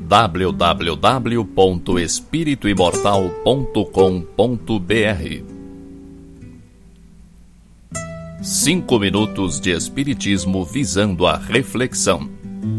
www.espirituimortal.com.br 5 minutos de Espiritismo visando a reflexão.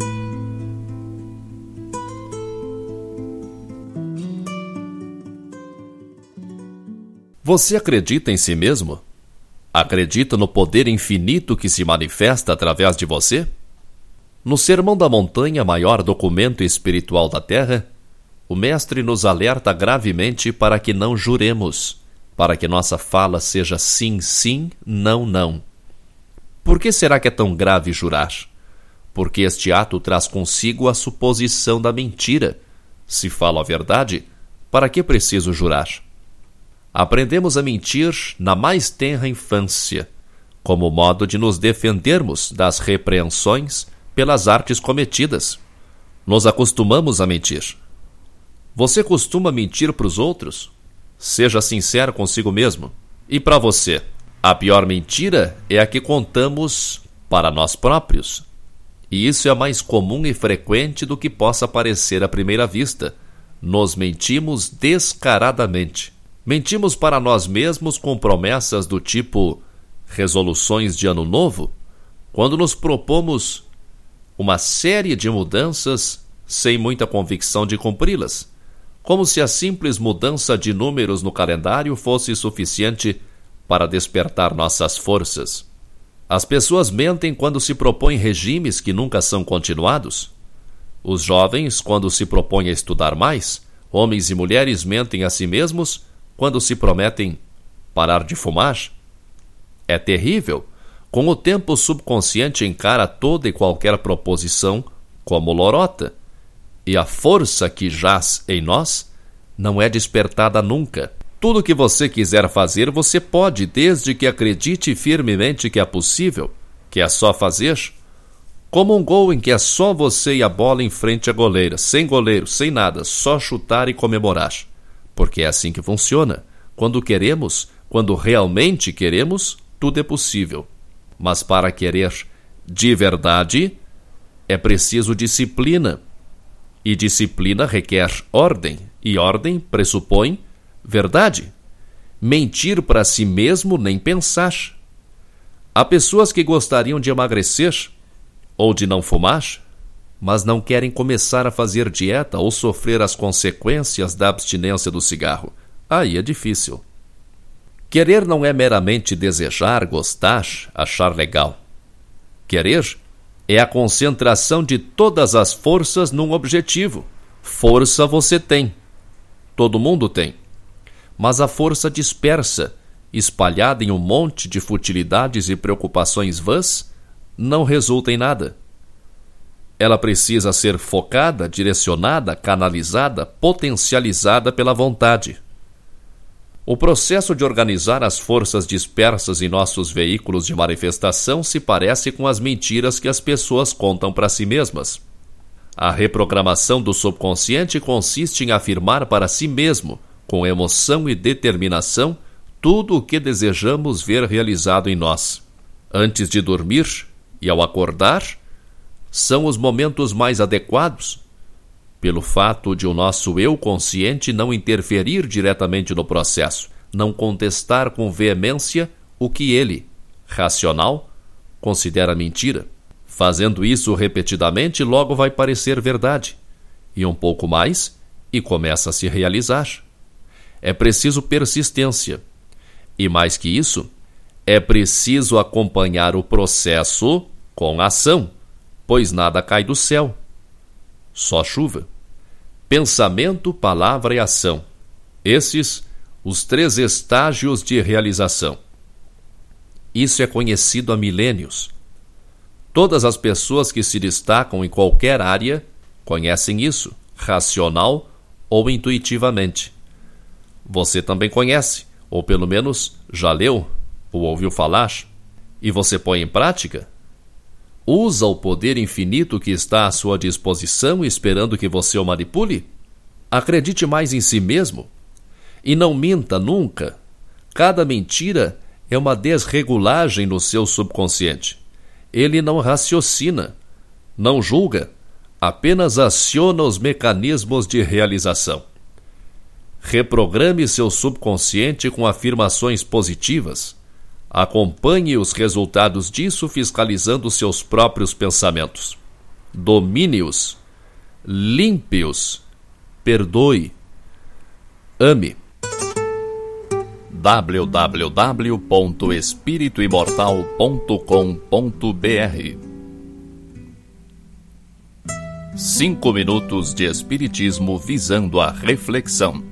Você acredita em si mesmo? Acredita no poder infinito que se manifesta através de você? No Sermão da Montanha, maior documento espiritual da Terra, o Mestre nos alerta gravemente para que não juremos, para que nossa fala seja sim, sim, não, não. Por que será que é tão grave jurar? Porque este ato traz consigo a suposição da mentira. Se falo a verdade, para que preciso jurar? Aprendemos a mentir na mais tenra infância, como modo de nos defendermos das repreensões pelas artes cometidas. Nos acostumamos a mentir. Você costuma mentir para os outros? Seja sincero consigo mesmo. E para você, a pior mentira é a que contamos para nós próprios. E isso é mais comum e frequente do que possa parecer à primeira vista. Nos mentimos descaradamente. Mentimos para nós mesmos com promessas do tipo resoluções de ano novo, quando nos propomos uma série de mudanças sem muita convicção de cumpri-las, como se a simples mudança de números no calendário fosse suficiente para despertar nossas forças. As pessoas mentem quando se propõem regimes que nunca são continuados. Os jovens, quando se propõem a estudar mais, homens e mulheres mentem a si mesmos quando se prometem parar de fumar. É terrível. Com o tempo, o subconsciente encara toda e qualquer proposição como lorota, e a força que jaz em nós não é despertada nunca. Tudo o que você quiser fazer, você pode, desde que acredite firmemente que é possível, que é só fazer. Como um gol em que é só você e a bola em frente à goleira, sem goleiro, sem nada, só chutar e comemorar. Porque é assim que funciona. Quando queremos, quando realmente queremos, tudo é possível. Mas para querer de verdade, é preciso disciplina. E disciplina requer ordem, e ordem pressupõe verdade. Mentir para si mesmo nem pensar. Há pessoas que gostariam de emagrecer ou de não fumar, mas não querem começar a fazer dieta ou sofrer as consequências da abstinência do cigarro. Aí é difícil. Querer não é meramente desejar, gostar, achar legal. Querer é a concentração de todas as forças num objetivo. Força você tem. Todo mundo tem. Mas a força dispersa, espalhada em um monte de futilidades e preocupações vãs, não resulta em nada. Ela precisa ser focada, direcionada, canalizada, potencializada pela vontade. O processo de organizar as forças dispersas em nossos veículos de manifestação se parece com as mentiras que as pessoas contam para si mesmas. A reprogramação do subconsciente consiste em afirmar para si mesmo, com emoção e determinação, tudo o que desejamos ver realizado em nós. Antes de dormir e ao acordar, são os momentos mais adequados, pelo fato de o nosso eu consciente não interferir diretamente no processo, não contestar com veemência o que ele, racional, considera mentira. Fazendo isso repetidamente, logo vai parecer verdade, e um pouco mais, e começa a se realizar. É preciso persistência, e mais que isso, é preciso acompanhar o processo com ação, pois nada cai do céu. Só chuva. Pensamento, palavra e ação. Esses, os 3 estágios de realização. Isso é conhecido há milênios. Todas as pessoas que se destacam em qualquer área conhecem isso, racional ou intuitivamente. Você também conhece, ou pelo menos já leu ou ouviu falar. E você põe em prática? Usa o poder infinito que está à sua disposição esperando que você o manipule? Acredite mais em si mesmo. E não minta nunca. Cada mentira é uma desregulagem no seu subconsciente. Ele não raciocina, não julga, Apenas aciona os mecanismos de realização. Reprograme seu subconsciente com afirmações positivas. Acompanhe os resultados disso fiscalizando seus próprios pensamentos. Domine-os. Limpe-os. Perdoe. Ame. www.espirituimortal.com.br 5 minutos de espiritismo visando a reflexão.